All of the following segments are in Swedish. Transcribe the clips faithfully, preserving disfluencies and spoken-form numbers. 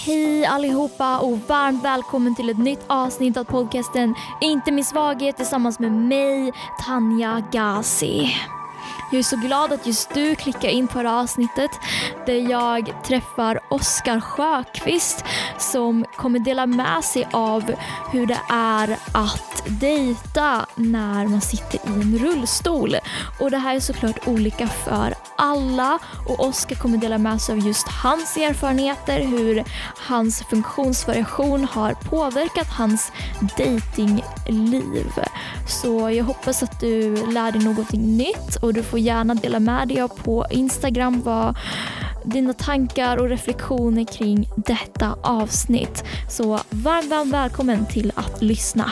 Hej allihopa och varmt välkommen till ett nytt avsnitt av podcasten Inte min svaghet tillsammans med mig, Tanja Gazi. Jag är så glad att just du klickar in på det här avsnittet där jag träffar Oskar Sjöqvist som kommer dela med sig av hur det är att dejta när man sitter i en rullstol. Och det här är såklart olika för alla och Oskar kommer dela med sig av just hans erfarenheter, hur hans funktionsvariation har påverkat hans dejtingliv. Så jag hoppas att du lär dig någonting nytt och du får gärna dela med dig på Instagram vad dina tankar och reflektioner kring detta avsnitt. Så varmt, varmt välkommen till att lyssna.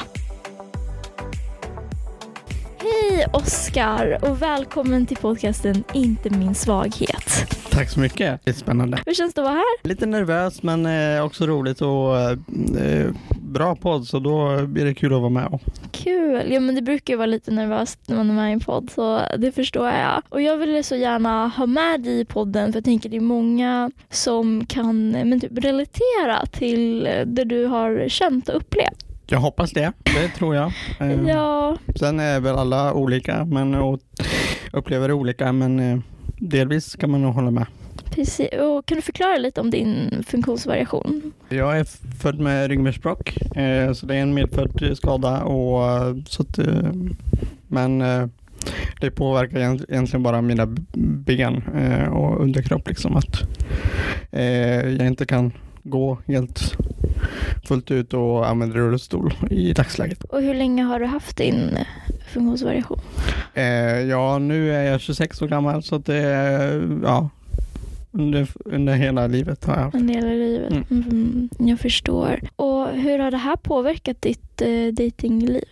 Hej Oskar och välkommen till podcasten Inte min svaghet. Tack så mycket, det är spännande. Hur känns det att vara här? Lite nervös men eh, också roligt och eh, bra podd, så då blir det kul att vara med. Kul, ja men det brukar ju vara lite nervöst när man är med i en podd, så det förstår jag. Och jag ville så gärna ha med dig i podden för jag tänker det är många som kan men typ relatera till det du har känt och upplevt. Jag hoppas det, det tror jag. Eh, ja. Sen är väl alla olika men, och upplever olika, men eh, delvis kan man nog hålla med. Precis. Och kan du förklara lite om din funktionsvariation? Jag är född med ryggmärgsbråck, eh, så det är en medfödd skada. Och, så att, eh, men eh, det påverkar egentligen bara mina ben eh, och underkropp. Liksom, att eh, jag inte kan gå helt fullt ut och använda rullstol i dagsläget. Och hur länge har du haft din funktionsvariation? Eh, ja, nu är jag tjugosex år gammal, så att det är ja, under, under hela livet har jag haft. Under hela livet, mm. Mm, jag förstår. Och hur har det här påverkat ditt eh, datingliv?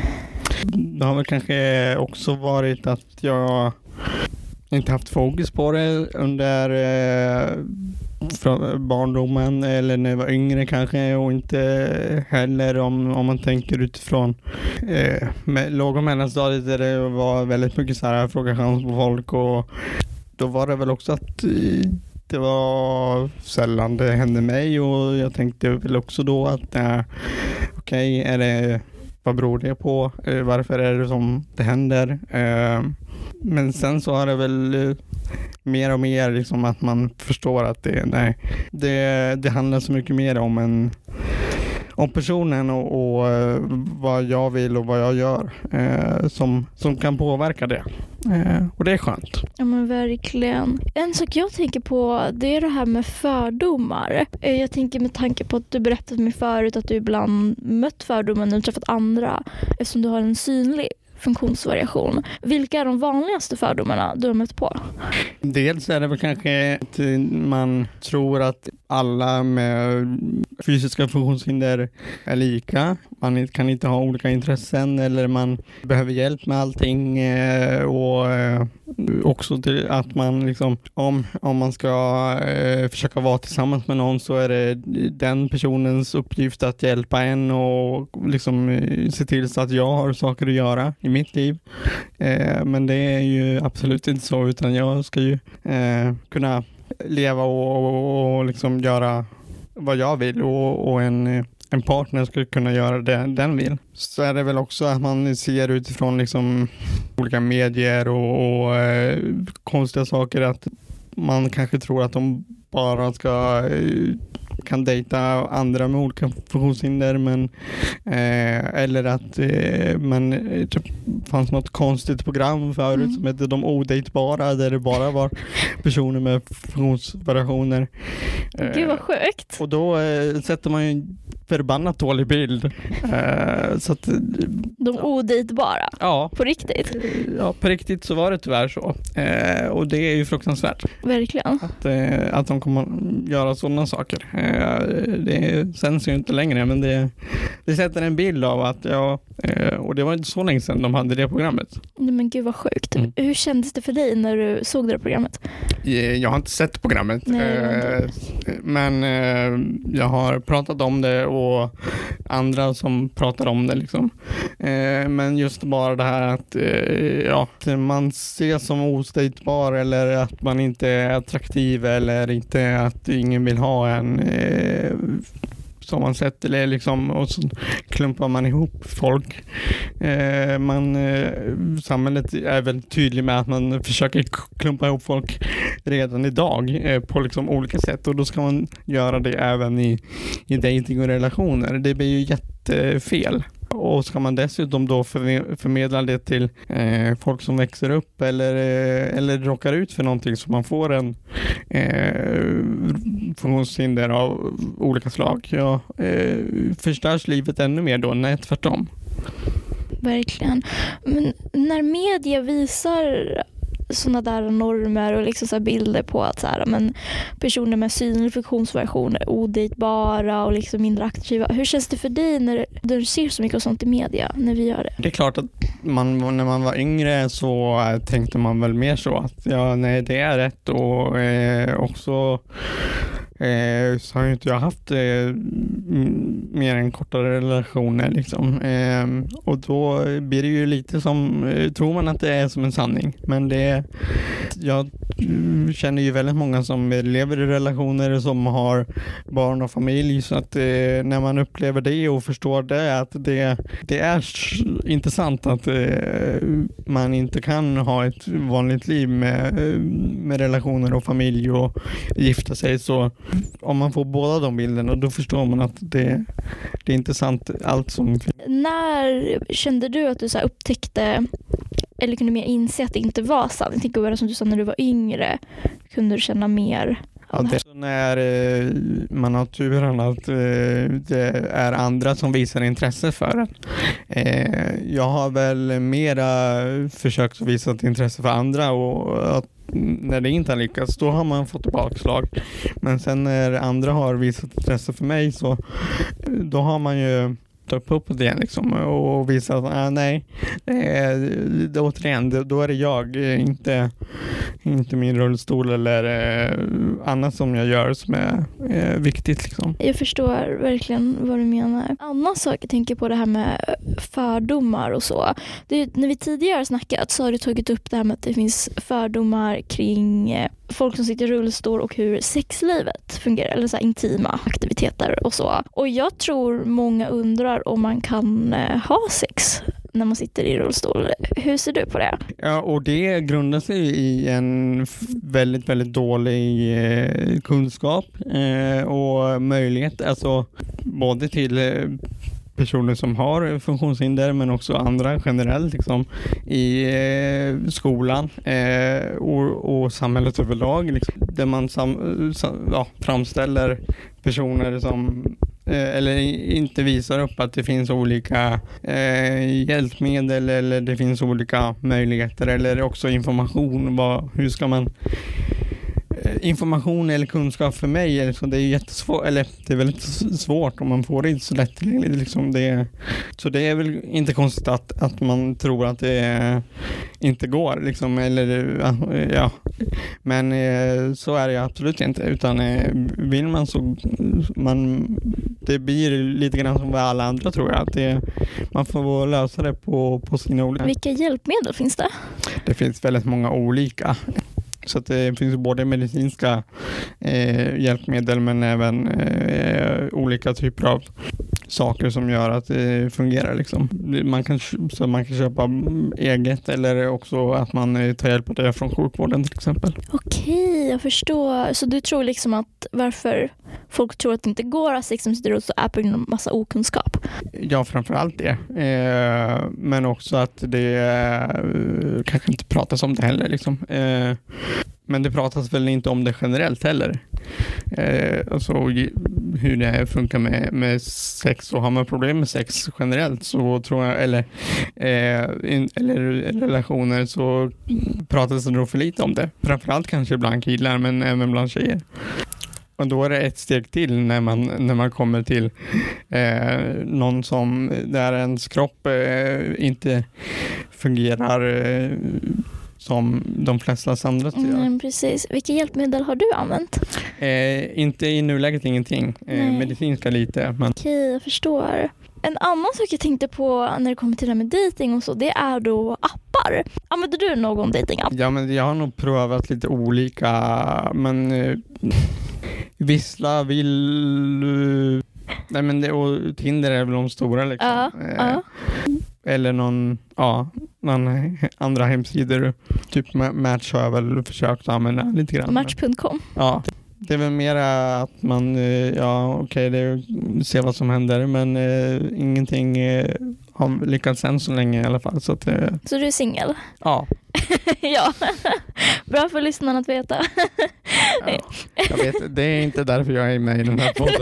Det har väl kanske också varit att jag inte haft fokus på det under eh, från barndomen eller när jag var yngre kanske, och inte heller om, om man tänker utifrån eh, med låg- och mellanstadiet där det var väldigt mycket så här fråga chans på folk, och då var det väl också att eh, det var sällan det hände mig, och jag tänkte väl också då att eh, okej, okay, är det vad beror det på? Eh, varför är det som det händer? Eh, men sen så har det väl eh, mer och mer liksom att man förstår att det, nej, det, det handlar så mycket mer om en om personen och, och vad jag vill och vad jag gör eh, som, som kan påverka det. Eh, och det är skönt. Ja men verkligen. En sak jag tänker på, det är det här med fördomar. Jag tänker med tanke på att du berättade för mig förut att du ibland mött fördomar när du träffat andra eftersom du har en synlig funktionsvariation. Vilka är de vanligaste fördomarna du har mött på? Dels är det väl kanske att man tror att alla med fysiska funktionshinder är lika. Man kan inte ha olika intressen eller man behöver hjälp med allting, och också till att man liksom, om, om man ska eh, försöka vara tillsammans med någon så är det den personens uppgift att hjälpa en och liksom eh, se till så att jag har saker att göra i mitt liv. Eh, men det är ju absolut inte så, utan jag ska ju eh, kunna leva och, och, och liksom göra vad jag vill, och, och en, en partner ska kunna göra det den vill. Så är det väl också att man ser utifrån liksom olika medier och, och eh, konstiga saker att man kanske tror att de bara ska eh, kan dejta andra med olika funktionshinder, men eh, eller att eh, man eh, typ, fanns något konstigt program förut mm. som hette De odejtbara, där det bara var personer med funktionsvariationer. Eh, Gud vad sjukt. Och då eh, sätter man ju en förbannat dålig bild. Eh, så att, De odejtbara? Ja. På riktigt? Ja, på riktigt så var det tyvärr så. Eh, och det är ju fruktansvärt. Verkligen. Att, eh, att de kommer göra sådana saker. Eh, det sänds ju inte längre, men det, det sätter en bild av att ja, eh, och det var inte så länge sedan de hade det programmet. Nej, men gud vad sjukt. Mm. Hur kändes det för dig när du såg det programmet? Jag har inte sett programmet. Nej, eh, men eh, jag har pratat om det och och andra som pratar om det liksom. Eh, men just bara det här att eh, ja, man ses som ostatebar eller att man inte är attraktiv eller inte att ingen vill ha en eh, som man sett eller liksom, och så klumpar man ihop folk. Eh, man, eh, samhället är väldigt tydlig med att man försöker klumpa ihop folk redan idag eh, på liksom olika sätt, och då ska man göra det även i, i dating och relationer. Det blir ju jättefel. Och ska man dessutom då förmedla det till eh, folk som växer upp eller, eh, eller råkar ut för någonting så man får en eh, funktionshinder av olika slag, ja, eh, förstörs livet ännu mer då, nej tvärtom. Verkligen. Men när media visar sådana där normer och liksom så här bilder på att så här, men personer med synlig funktionsvariation är odejtbara och liksom mindre aktiva. Hur känns det för dig när du ser så mycket och sånt i media när vi gör det? Det är klart att man, när man var yngre så tänkte man väl mer så att ja, nej, det är rätt, och eh, också Eh, så har ju inte jag haft eh, m- mer än kortare relationer liksom. Eh, och då blir det ju lite som, eh, tror man att det är som en sanning, men det, jag känner ju väldigt många som lever i relationer som har barn och familj, så att eh, när man upplever det och förstår det, att det, det är inte sant att eh, man inte kan ha ett vanligt liv med, med relationer och familj och gifta sig, så om man får båda de bilderna, då förstår man att det, det är inte sant allt som finns. När kände du att du så här upptäckte eller kunde mer inse att det inte var sant? Jag tänker som du sa, när du var yngre kunde du känna mer. Ja, det är när eh, man har turen att eh, det är andra som visar intresse för det. Eh, jag har väl mera försökt att visa ett intresse för andra, och att när det inte har lyckats, då har man fått bakslag. Men sen när andra har visat intresse för mig, så då har man ju upp upp det liksom, och visa att ah, nej, det är, det, återigen, det, då är det jag, inte, inte min rullstol eller eh, annat som jag gör som är eh, viktigt liksom. Jag förstår verkligen vad du menar. Annan sak jag tänker på, det här med fördomar och så. Det, när vi tidigare snackat så har du tagit upp det här med att det finns fördomar kring eh, folk som sitter i rullstol och hur sexlivet fungerar, eller så här intima aktiviteter och så. Och jag tror många undrar om man kan eh, ha sex när man sitter i rullstol. Hur ser du på det? Ja, och det grundar sig i en väldigt, väldigt dålig eh, kunskap eh, och möjlighet, alltså både till eh, personer som har funktionshinder, men också andra generellt liksom, i eh, skolan eh, och, och samhället överlag liksom, där man sam, sam, ja, framställer personer som eh, eller inte visar upp att det finns olika eh, hjälpmedel, eller det finns olika möjligheter, eller också information. Vad, hur ska man information eller kunskap för mig, eller så, det är jättesvårt, eller det är väldigt svårt om man får det inte så lättillgängligt liksom, det, så det är väl inte konstigt att, att man tror att det inte går liksom, eller ja, men så är det absolut inte, utan vill man så man, det blir lite grann som med alla andra, tror jag, att det, man får lösa det på, på sina olika. Vilka hjälpmedel finns det? Det finns väldigt många olika. Så att det finns både medicinska eh, hjälpmedel, men även eh, olika typer av saker som gör att det fungerar liksom. Man kan, så man kan köpa eget, eller också att man tar hjälp av det från sjukvården till exempel. Okej, jag förstår. Så du tror liksom att varför folk tror att det inte går att sex som sitter och så är på grund av massa okunskap? Ja, framförallt det. Eh, men också att det eh, kanske inte pratas om det heller liksom. Eh, men det pratas väl inte om det generellt heller. Eh, alltså hur det funkar med, med sex, och har man problem med sex generellt så tror jag, eller, eh, in, eller relationer, så pratas det nog för lite om det. Framförallt kanske bland killar, men även bland tjejer. Och då är det ett steg till när man, när man kommer till eh, någon som, där ens kropp eh, inte fungerar eh, som de flesta andra gör. Mm, precis. Vilka hjälpmedel har du använt? Eh, inte i nuläget ingenting. Eh, medicinska lite. Men... Okej, jag förstår. En annan sak jag tänkte på när det kommer till det här med dating och så, det är då appar. Använder du någon datingapp? Ja, men jag har nog prövat lite olika, men eh, Vissla vill... Uh, nej, men det, och Tinder är väl de stora liksom. Ja, eh, ja. Eller någon, ja, någon andra hemsidor. Typ Match har jag väl försökt använda lite grann. Match punkt com. Ja. Det är väl mer att man, ja okej, okay, det ser vad som händer, men eh, ingenting eh, har lyckats än så länge i alla fall. Så, att, eh, så du är singel? Ja. Ja, bra för lyssnarna att veta. Ja, jag vet, det är inte därför jag är med i den här podden.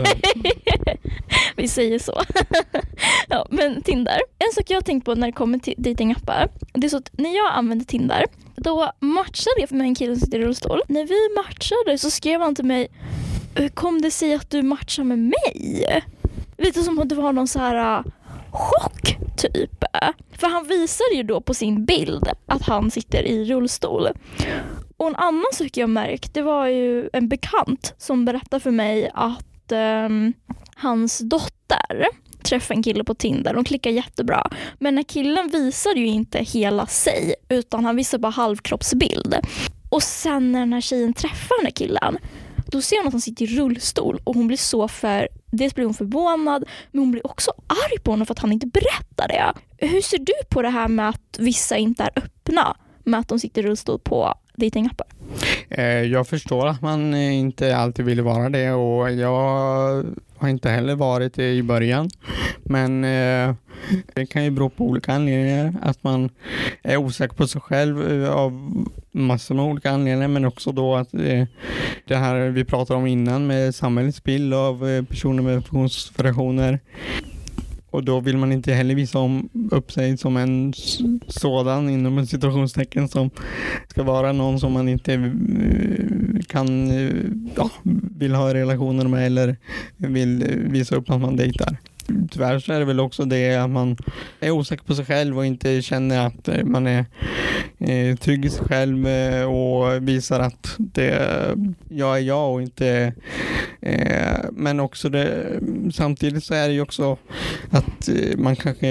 Vi säger så. Ja, men Tinder. En sak jag har tänkt på när det kommer till datingappar, det är så att när jag använde Tinder, då matchade jag med en kille som sitter i rullstol. När vi matchade så skrev han till mig: hur kom det sig att du matchar med mig? Lite som att det var någon så här uh, chock typ. För han visade ju då på sin bild att han sitter i rullstol. Och en annan sak jag märkt, det var ju en bekant som berättade för mig att um, hans dotter träffade en kille på Tinder. De klickar jättebra. Men när killen visade ju inte hela sig, utan han visade bara halvkroppsbild. Och sen när den här tjejen träffar den här killen, då ser hon att han sitter i rullstol och hon blir så för... Dels blir hon förvånad, men hon blir också arg på honom för att han inte berättar det. Hur ser du på det här med att vissa inte är öppna med att de sitter i rullstol på datingappar? Jag förstår att man inte alltid vill vara det, och jag har inte heller varit det i början. Men det kan ju bero på olika anledningar. Att man är osäker på sig själv av massor med olika anledningar, men också då att det här vi pratade om innan med samhällets bild av personer med funktionsvariationer. Och då vill man inte heller visa om upp sig som en sådan inom en situationstecken som ska vara någon som man inte kan, ja, vill ha relationer med eller vill visa upp att man dejtar. Tyvärr så är det väl också det att man är osäker på sig själv och inte känner att man är eh, trygg i sig själv och visar att det, jag är jag och inte eh, men också det, samtidigt så är det ju också att eh, man kanske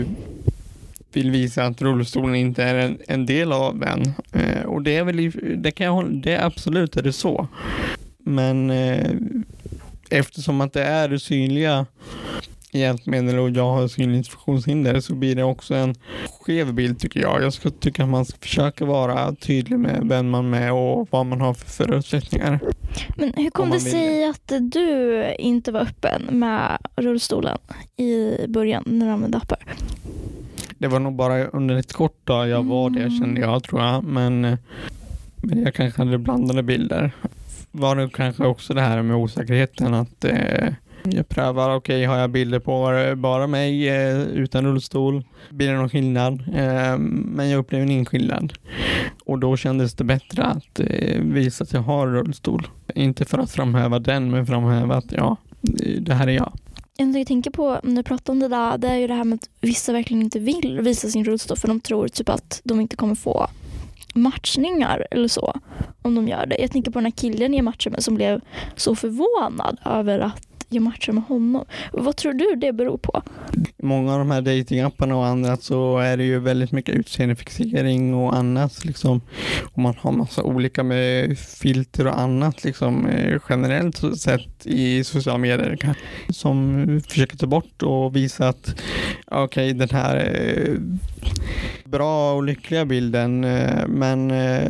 vill visa att rullstolen inte är en, en del av en, eh, och det är väl, det kan jag hålla, det är absolut är det så, men eh, eftersom att det är det synliga hjälpmedel och jag har synligt funktionshinder, så blir det också en skev bild tycker jag. Jag ska tycka att man ska försöka vara tydlig med vem man är och vad man har för förutsättningar. Men hur kom det sig att du inte var öppen med rullstolen i början när du använde appar? Det var nog bara under ett kort dag jag var det, kände jag, tror jag. Men, men jag kanske hade blandade bilder. Var det kanske också det här med osäkerheten att eh, jag prövar, okej, okay, har jag bilder på bara mig eh, utan rullstol? Blir det någon skillnad? Eh, men jag upplever ingen skillnad. Och då kändes det bättre att eh, visa att jag har rullstol. Inte för att framhäva den, men framhäva att ja, det här är jag. Jag tänker på, när du pratar om det där, det är ju det här med att vissa verkligen inte vill visa sin rullstol för de tror typ att de inte kommer få matchningar eller så om de gör det. Jag tänker på den här killen jag matchade med som blev så förvånad över att jag matchar med honom. Vad tror du det beror på? Många av de här datingapparna och annat så är det ju väldigt mycket utseendefixering och annat liksom. Och man har massa olika med filter och annat liksom generellt sett i sociala medier som försöker ta bort och visa att okej, okay, den här är bra och lyckliga bilden men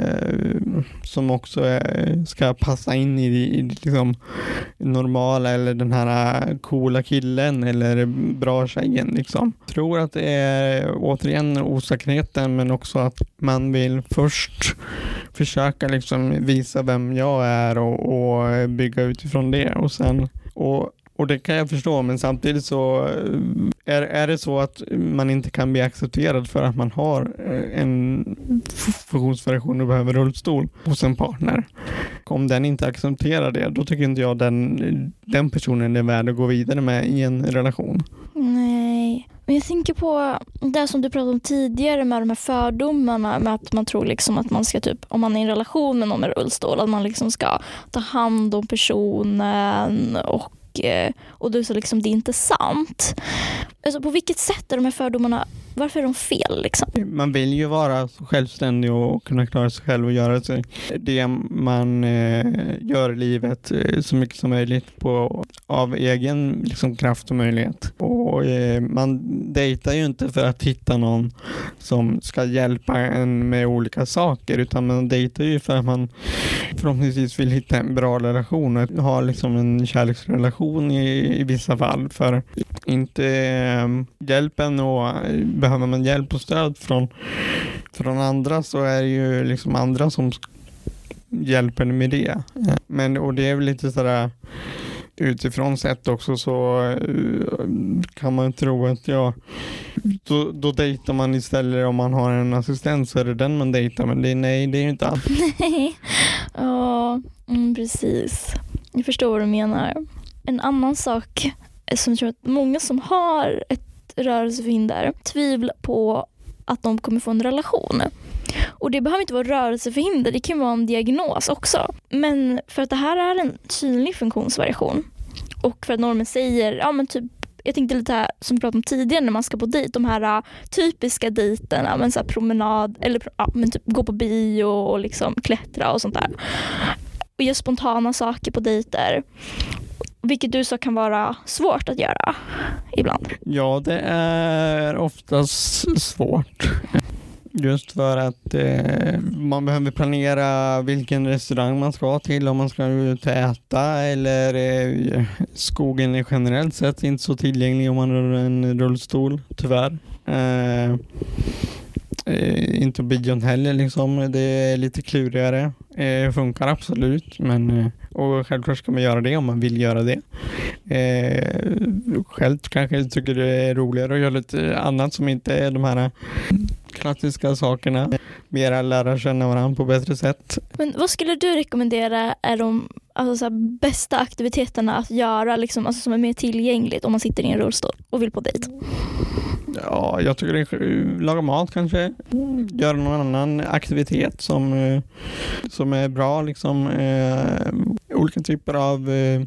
som också är, ska passa in i, i liksom normala eller den här coola killen eller bra tjejen liksom. Jag tror att det är återigen osäkerheten, men också att man vill först försöka liksom visa vem jag är och, och bygga utifrån det och sen och Och det kan jag förstå, men samtidigt så är, är det så att man inte kan bli accepterad för att man har en funktionsvariation och behöver rullstol hos en partner. Om den inte accepterar det, då tycker inte jag den, den personen är värd att gå vidare med i en relation. Nej. Men jag tänker på det som du pratade om tidigare med de här fördomarna, med att man tror liksom att man ska typ, om man är i en relation med någon med rullstol, att man liksom ska ta hand om personen och och du sa liksom det är inte sant. Alltså på vilket sätt är de här fördomarna, varför är de fel liksom? Man vill ju vara självständig och kunna klara sig själv och göra sig det man eh, gör i livet eh, så mycket som möjligt på, av egen liksom, kraft och möjlighet. Och eh, man dejtar ju inte för att hitta någon som ska hjälpa en med olika saker, utan man dejtar ju för att man förhoppningsvis vill hitta en bra relation och ha liksom en kärleksrelation i, i vissa fall. För inte eh, hjälpen och behöver man hjälp och stöd från, från andra, så är det ju liksom andra som hjälper med det. Men, och det är väl lite sådär utifrån sett också, så kan man tro att ja, då, då dejtar man istället, om man har en assistent så är det den man dejtar, men det, nej, det är ju inte allt. Nej, ja, mm, precis. Jag förstår vad du menar. En annan sak som jag tror att många som har ett rörelseförhinder tvivlar på att de kommer få en relation. Och det behöver inte vara rörelseförhinder, det kan vara en diagnos också. Men för att det här är en synlig funktionsvariation, och för att normen säger, ja men typ, jag tänkte lite här som vi pratade om tidigare när man ska på dejt, de här typiska dejterna, men så här promenad, eller ja, men typ gå på bio och liksom klättra och sånt där. Och göra spontana saker på dejter. Vilket du sa kan vara svårt att göra ibland. Ja, det är oftast svårt. Just för att eh, man behöver planera vilken restaurang man ska till, om man ska ut och äta, eller eh, skogen är generellt sett inte så tillgänglig om man har en rullstol, tyvärr. Eh, eh, inte bion heller liksom, det är lite klurigare. Eh, funkar absolut, men eh, och självklart ska man göra det om man vill göra det. Eh, själv kanske jag tycker det är roligare att göra lite annat som inte är de här klassiska sakerna. Mera lära känna varandra på bättre sätt. Men vad skulle du rekommendera är de alltså, så här, bästa aktiviteterna att göra liksom, alltså, som är mer tillgängligt om man sitter i en rullstol och vill på dejt? Ja, jag tycker det är laga mat kanske. Göra någon annan aktivitet som, som är bra. Liksom, eh, olika typer av eh,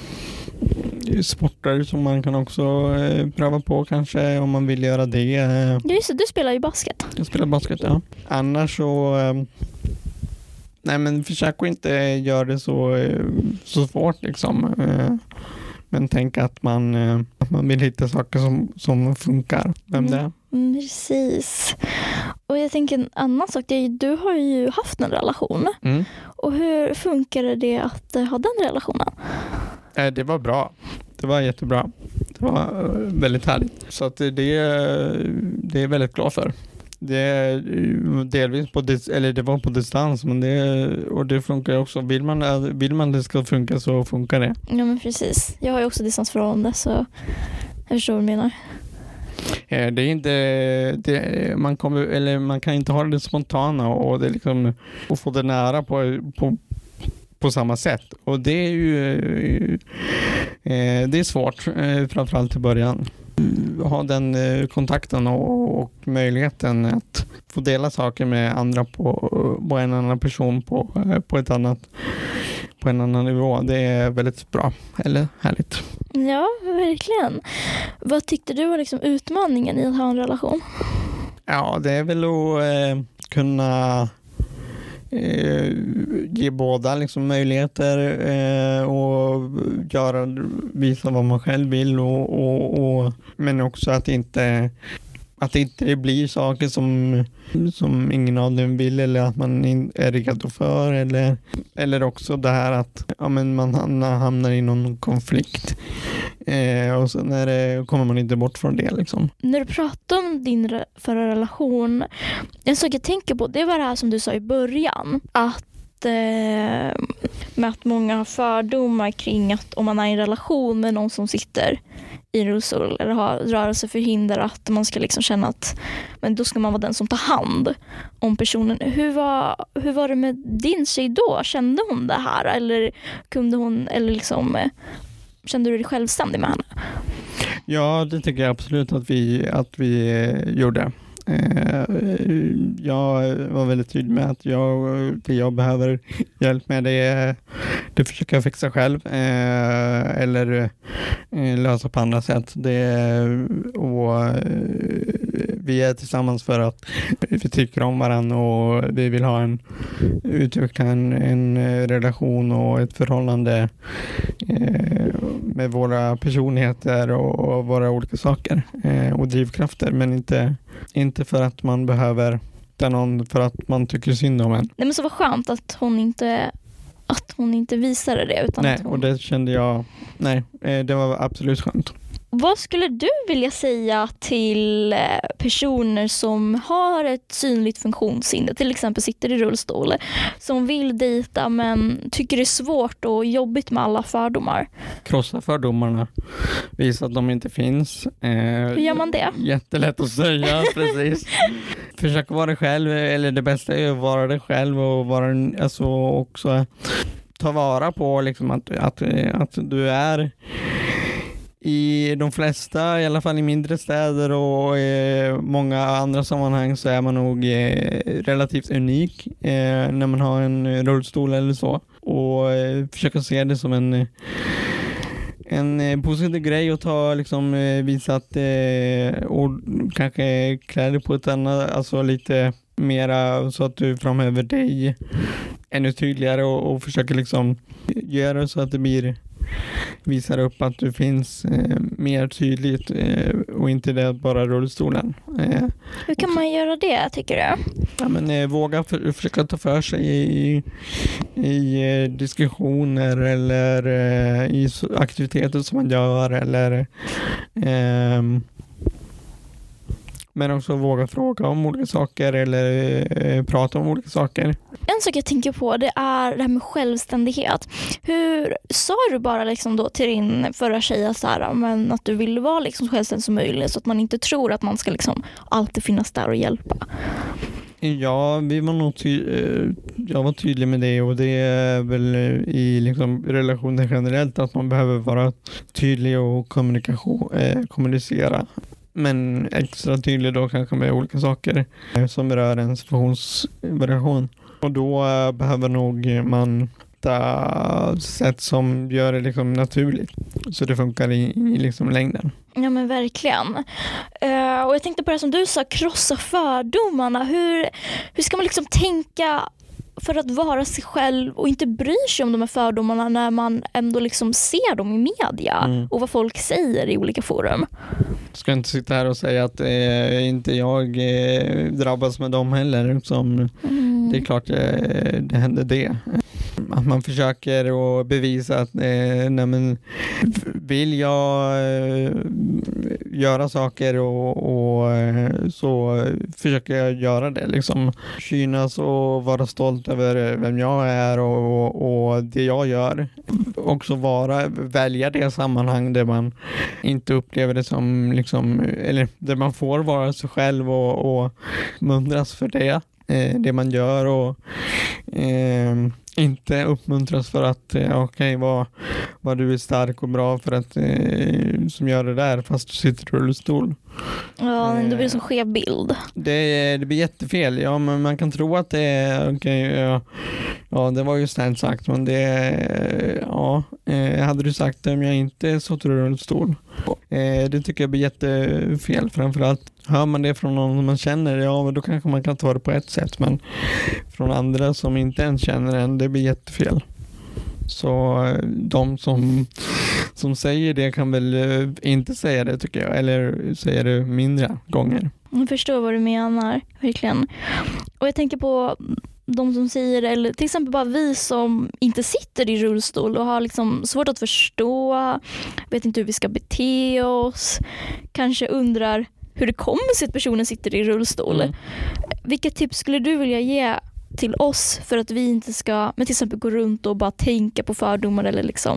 sporter som man kan också eh, pröva på kanske om man vill göra det. Ja, just det, du spelar ju basket. Jag spelar basket, ja. Annars så... Eh, nej, men försök att inte göra det så, så svårt liksom. Eh, men tänk att man, eh, att man vill hitta saker som, som funkar. Vem mm. det är. Mm, precis. Och jag tänker en annan sak, det är, du har ju haft en relation. Mm. Och hur funkar det att uh, ha den relationen? Eh, det var bra. Det var jättebra. Det var uh, väldigt härligt. Så att det, det, det är väldigt glad för. Det är delvis på dis- eller det var på distans, men det, och det funkar också. Vill man, vill man det ska funka så funkar det. Ja, men precis. Jag har ju också distansförhållande, så jag förstår vad du menar. Det är inte det, man kommer eller man kan inte ha det spontana och det liksom och få det nära på på på samma sätt, och det är ju eh, det är svårt eh, framförallt i början. Ha den eh, kontakten och, och möjligheten att få dela saker med andra på, på en annan person på, på ett annat på en annan nivå. Det är väldigt bra, eller härligt. Ja, verkligen. Vad tyckte du var liksom utmaningen i att ha en relation? Ja, det är väl att eh, kunna eh, ge båda liksom möjligheter eh, och göra, visa vad man själv vill och, och, och men också att inte att det inte blir saker som, som ingen av dem vill eller att man är redo för, eller, eller också det här att ja, men man hamnar i någon konflikt eh, och sen är det, kommer man inte bort från det liksom. När du pratar om din förra relation, en sak jag tänker på, det var det här som du sa i början, att eh, med att många har fördomar kring att om man är i en relation med någon som sitter i en rullstol eller har rörelseförhinder, att man ska liksom känna att men då ska man vara den som tar hand om personen. Hur var, hur var det med din tjej då? Kände hon det här? Eller kunde hon, eller liksom kände du dig självständig med henne? Ja, det tycker jag absolut att vi, att vi gjorde. Jag var väldigt tydlig med att jag, det jag behöver hjälp med det, det försöker jag fixa själv eller lösa på andra sätt. Det, och vi är tillsammans för att vi tycker om varandra och vi vill ha en, utveckla en, en relation och ett förhållande med våra personligheter och våra olika saker och drivkrafter, men inte Inte för att man behöver ta någon för att man tycker synd om en. Nej, men så var skönt att hon inte att hon inte visade det. Utan nej, att hon... och det kände jag, nej, det var absolut skönt. Vad skulle du vilja säga till personer som har ett synligt funktionshinder, till exempel sitter i rullstol, som vill dejta men tycker det är svårt och jobbigt med alla fördomar? Krossa fördomarna, visa att de inte finns. Eh, Hur gör man det? Jättelätt att säga, precis. Försök vara dig själv, eller det bästa är att vara dig själv och vara, alltså, också ta vara på liksom att, att, att du är i de flesta, i alla fall i mindre städer och i många andra sammanhang, så är man nog eh, relativt unik eh, när man har en rullstol eller så. Och eh, försöka se det som en en positiv grej att ta, liksom visa att eh, och kanske klä dig på ett annat, alltså lite mera så att du framhäver dig ännu tydligare och, och försöker liksom göra så att det blir, visar upp att du finns eh, mer tydligt eh, och inte det bara rullstolen. Eh, Hur kan man göra det, tycker du? Ja, men eh, våga för, försöka ta för sig i, i eh, diskussioner eller eh, i aktiviteter som man gör, eller eh, men också våga fråga om olika saker eller eh, prata om olika saker. En sak jag tänker på, det är det här med självständighet. Hur sa du bara liksom då till din förra tjej så här, men att du vill vara liksom så självständig som möjligt, så att man inte tror att man ska liksom alltid finnas där och hjälpa? Ja, vi var nog ty- jag var tydlig med det, och det är väl i liksom relationer generellt att man behöver vara tydlig och kommunikation, eh, kommunicera. Men extra tydlig då kanske med olika saker som berör ens funktionsvariation. Och då äh, behöver nog man ta sätt som gör det liksom naturligt, så det funkar i, i liksom längden. Ja, men verkligen. Uh, och jag tänkte på det som du sa, krossa fördomarna. Hur, hur ska man liksom tänka för att vara sig själv och inte bry sig om de här fördomarna när man ändå liksom ser dem i media mm. och vad folk säger i olika forum? Jag ska inte sitta här och säga att eh, inte jag eh, drabbas med dem heller. Som, mm. Det är klart eh, det händer det. Att man försöker att bevisa att eh, nej men, vill jag eh, göra saker och, och eh, så försöker jag göra det. Liksom. Synas och vara stolt över vem jag är och, och det jag gör. Också vara, välja det sammanhang där man inte upplever det som liksom, eller där man får vara sig själv och, och mundras för det. Eh, det man gör och eh, inte uppmuntras för att eh, okej, okay, vad, vad du är stark och bra för att eh, som gör det där fast du sitter i rullstol. Ja, det blir en så skev bild. Det, det blir jättefel. Ja, men man kan tro att det är okej, okay, ja, ja, det var ju snällt sagt, men det ja, eh, hade du sagt det om jag inte satt i rullstol. Eh, det tycker jag blir jättefel. Framförallt hör man det från någon man känner, ja, men då kanske man kan ta det på ett sätt, men från andra som inte ens känner en, det blir jättefel. Så de som, som säger det kan väl inte säga det, tycker jag, eller säga det mindre gånger. Jag förstår vad du menar, verkligen. Och jag tänker på de som säger, eller till exempel bara vi som inte sitter i rullstol och har liksom svårt att förstå, vet inte hur vi ska bete oss, kanske undrar hur det kommer sig att personen sitter i rullstol. Mm. Vilka tips skulle du vilja ge till oss för att vi inte ska, men till exempel gå runt och bara tänka på fördomar eller liksom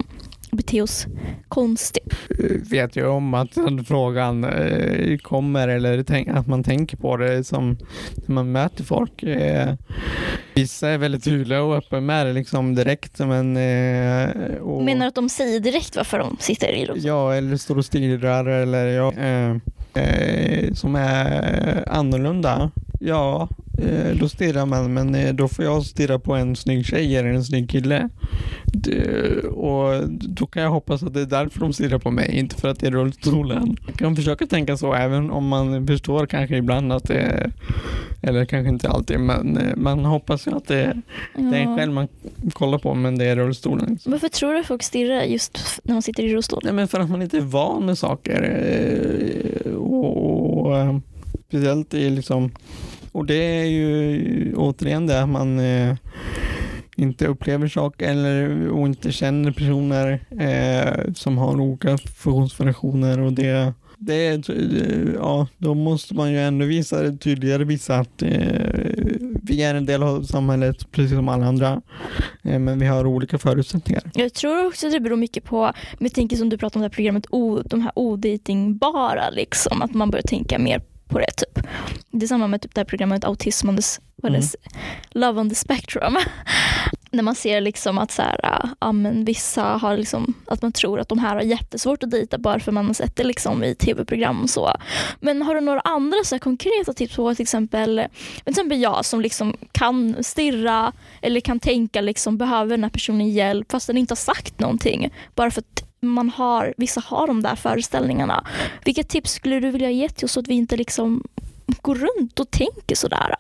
bete oss konstigt. Vet ju om att den frågan eh, kommer eller tänk, att man tänker på det som när man möter folk. Eh, vissa är väldigt tydliga och öppna med det liksom direkt. Men, eh, och, Menar att de säger direkt varför de sitter i rullstol? Ja, eller står och stirrar eller ja, eh, eh, som är annorlunda. Ja, eh, då stirrar man, men eh, då får jag stirra på en snygg tjej eller en snygg kille. Det, och då kan jag hoppas att det är därför de stirrar på mig, inte för att det är rullstolen. Jag kan försöka tänka så, även om man förstår kanske ibland att det är, eller kanske inte alltid, men eh, man hoppas ju att det, Ja. det är en själv man kollar på, men det är rullstolen. Liksom. Varför tror du folk stirrar just när man sitter i rullstol? Nej, men för att man inte är van med saker. Eh, och, och eh, speciellt i liksom, och det är ju återigen det att man eh, inte upplever saker eller och inte känner personer eh, som har olika funktionsvariationer, och det, det ja, då måste man ju ändå visa tydligare visa att eh, vi är en del av samhället precis som alla andra, eh, men vi har olika förutsättningar. Jag tror också att det beror mycket på, men jag tänker som du pratade om det här programmet, o, de här odejtingbara liksom, att man börjar tänka mer på det typ. Det är samma med typ det här programmet Autism on the, mm. Love on the Spectrum. När man ser liksom att så här, ja, men vissa har liksom, att man tror att de här har jättesvårt att dejta bara för man har sett det liksom i tv-program och så. Men har du några andra så här konkreta tips på till exempel, till exempel jag som liksom kan stirra eller kan tänka liksom, behöver den här personen hjälp fast den inte har sagt någonting, bara för att man har, vissa har de där föreställningarna. Vilka tips skulle du vilja ge till oss så att vi inte liksom går runt och tänker sådär?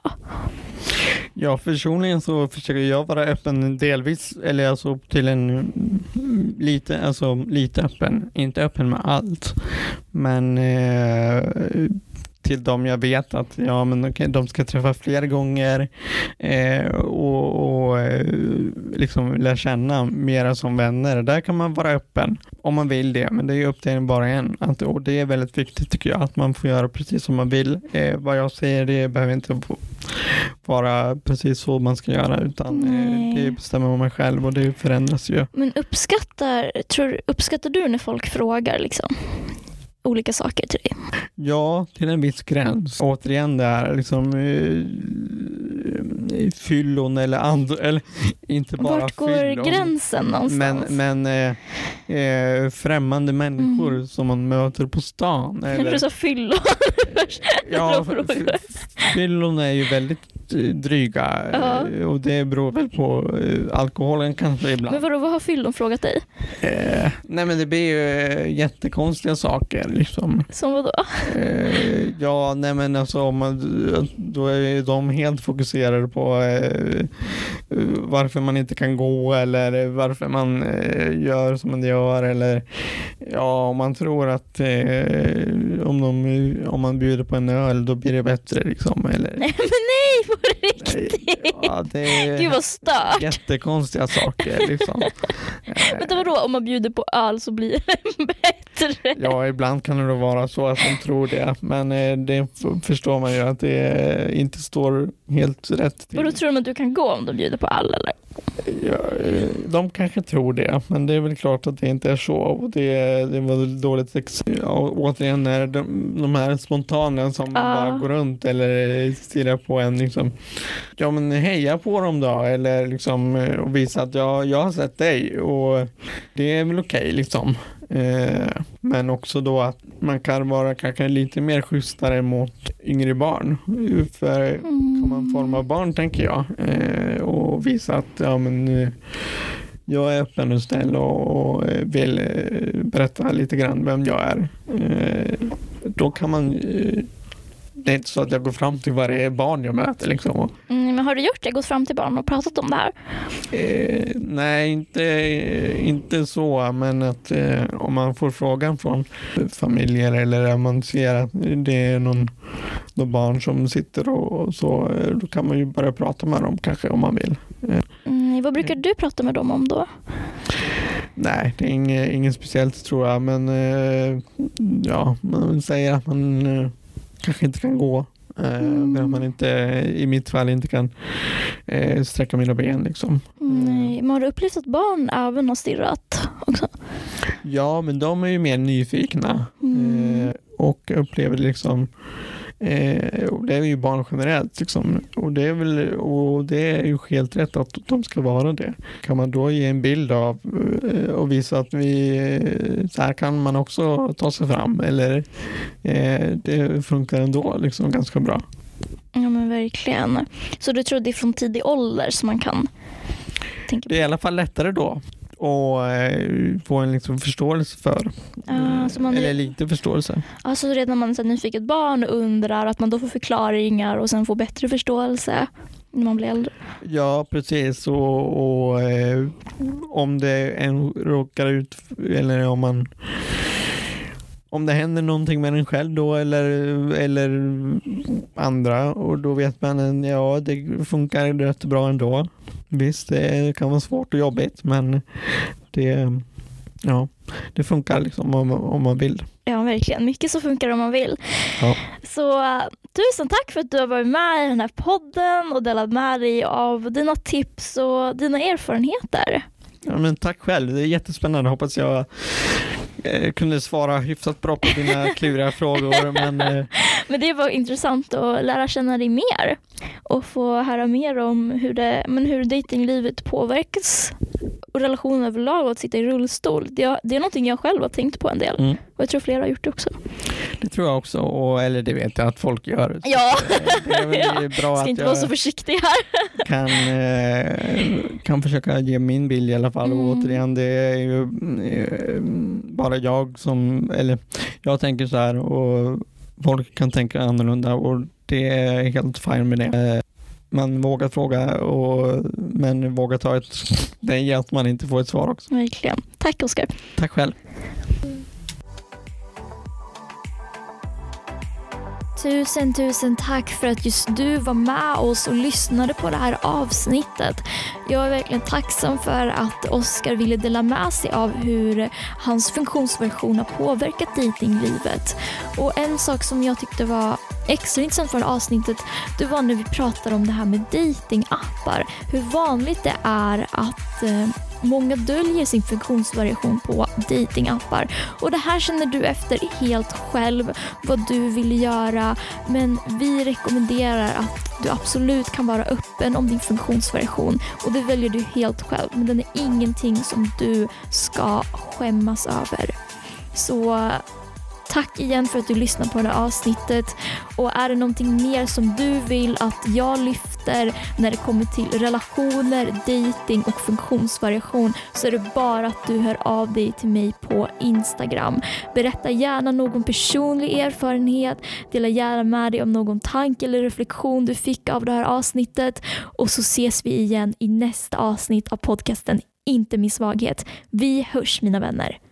Ja, personligen så försöker jag vara öppen delvis, eller alltså till en lite, alltså lite öppen, inte öppen med allt, men eh, till dem jag vet att ja, men okay, de ska träffa flera gånger eh, och, och liksom lära känna mera som vänner. Där kan man vara öppen om man vill det, men det är upp till en bara en. Att, och det är väldigt viktigt tycker jag, att man får göra precis som man vill. Eh, vad jag säger, det behöver inte vara precis så man ska göra, utan eh, det bestämmer man själv och det förändras ju. Men uppskattar, tror, uppskattar du när folk frågar liksom olika saker till dig? Ja, till en viss gräns. Återigen där liksom eh, fyllon eller andra, eller inte bara vart går fyllon, gränsen någonstans? Men, men eh, eh, främmande människor mm. som man möter på stan. Eller... Du sa fyllon. Ja, f- fyllon är ju väldigt dryga uh-huh. och det beror väl på uh, alkoholen kanske ibland. Men vadå, vad har fyllon frågat dig? Eh, nej men det blir ju uh, jättekonstiga saker liksom. Som vadå? Eh, ja, nej men alltså om man, då är de helt fokuserade på uh, varför man inte kan gå eller varför man uh, gör som man gör, eller ja, om man tror att uh, om, de, om man bjuder på en öl då blir det bättre liksom, eller... Nej men nej, på riktigt! Ja, det är Gud vad stört. Jättekonstiga saker liksom. Men vadå, om man bjuder på öl så blir det bättre? Ja, ibland kan det då vara så att de tror det, men det förstår man ju att det inte står helt rätt till. Och då tror de att du kan gå om de bjuder på öl eller? Ja, de kanske tror det, men det är väl klart att det inte är så, och det, det var dåligt sex. Ja, återigen är de, de här spontana som uh. bara går runt eller stirrar på en liksom, ja men heja på dem då, eller liksom och visa att jag, jag har sett dig och det är väl okej okay, liksom. Eh, men också då att man kan vara kanske lite mer schysstare mot yngre barn, för mm. kan man forma barn tänker jag, eh, och visa att ja men eh, jag är öppen och snäll och, och vill eh, berätta lite grann vem jag är. Eh, då kan man eh, det är inte så att jag går fram till varje barn jag möter liksom. Mm, men har du gjort det? Gått fram till barn och pratat om det här? Eh, nej, inte, inte så. Men att eh, om man får frågan från familjer eller om man ser att det är någon, någon barn som sitter och, och så, då kan man ju börja prata med dem kanske om man vill. Eh. Mm, vad brukar du prata med dem om då? Nej, det är inget, inget speciellt tror jag. Men eh, ja, man säger att man... Eh, kanske inte kan gå Mm. För att man inte, i mitt fall inte kan eh, sträcka mina ben liksom. Nej, men har du upplevt att barn även har stirrat också? Ja, men de är ju mer nyfikna Mm. eh, och upplever liksom eh, och det är ju barn generellt liksom. Och det är väl och det är ju helt rätt att de ska vara det. Kan man då ge en bild av eh, och visa att vi så här kan man också ta sig fram, eller eh, det funkar ändå liksom ganska bra. Ja, men verkligen. Så du tror det är från tidig ålder som man kan tänka på? Det är i alla fall lättare då och eh, få en liksom förståelse för. Ja, så man är- eller lite förståelse. Alltså redan när man är så nyfiket barn och undrar, att man då får förklaringar och sen får bättre förståelse när man blir äldre. Ja, precis. Och, och eh, om det en råkar ut, eller om man om det händer någonting med en själv då, eller, eller andra, och då vet man ja, det funkar rätt bra ändå. Visst, det kan vara svårt och jobbigt, men det, ja, det funkar liksom om, om man vill. Ja, verkligen. Mycket så funkar om man vill. Ja. Så uh, tusen tack för att du har varit med i den här podden och delat med dig av dina tips och dina erfarenheter. Ja, men tack själv. Det är jättespännande. Hoppas jag eh, kunde svara hyfsat bra på dina kluriga frågor. Men, eh... men det var intressant att lära känna dig mer och få höra mer om hur, det, men hur datinglivet påverkas och relationen överlag och att sitta i rullstol. Det, det är någonting jag själv har tänkt på en del. Mm. Och jag tror flera har gjort det också. Det tror jag också. Och, eller det vet jag att folk gör. Ja, det är väl ja. bra Ska att inte jag vara så försiktig här. kan, eh, kan försöka ge min bild i alla fall. Mm. Och återigen, det är ju eh, bara jag som, eller jag tänker så här och folk kan tänka annorlunda och det är helt fine med det. Man vågar fråga, och, men vågar ta ett, det är att man inte får ett svar också. Verkligen. Tack, Oskar. Tack själv. Tusen, tusen tack för att just du var med oss och lyssnade på det här avsnittet. Jag är verkligen tacksam för att Oskar ville dela med sig av hur hans funktionsvariation har påverkat datinglivet. Och en sak som jag tyckte var extra intressant för det avsnittet, det var när vi pratade om det här med datingappar. Hur vanligt det är att eh, många döljer sin funktionsvariation på datingappar. Och det här känner du efter helt själv vad du vill göra, men vi rekommenderar att du absolut kan vara öppen om din funktionsvariation, och det väljer du helt själv, men den är ingenting som du ska skämmas över. Så tack igen för att du lyssnar på det här avsnittet, och är det någonting mer som du vill att jag lyfter när det kommer till relationer, dating och funktionsvariation, så är det bara att du hör av dig till mig på Instagram. Berätta gärna någon personlig erfarenhet, dela gärna med dig om någon tanke eller reflektion du fick av det här avsnittet, och så ses vi igen i nästa avsnitt av podcasten Inte min svaghet. Vi hörs, mina vänner.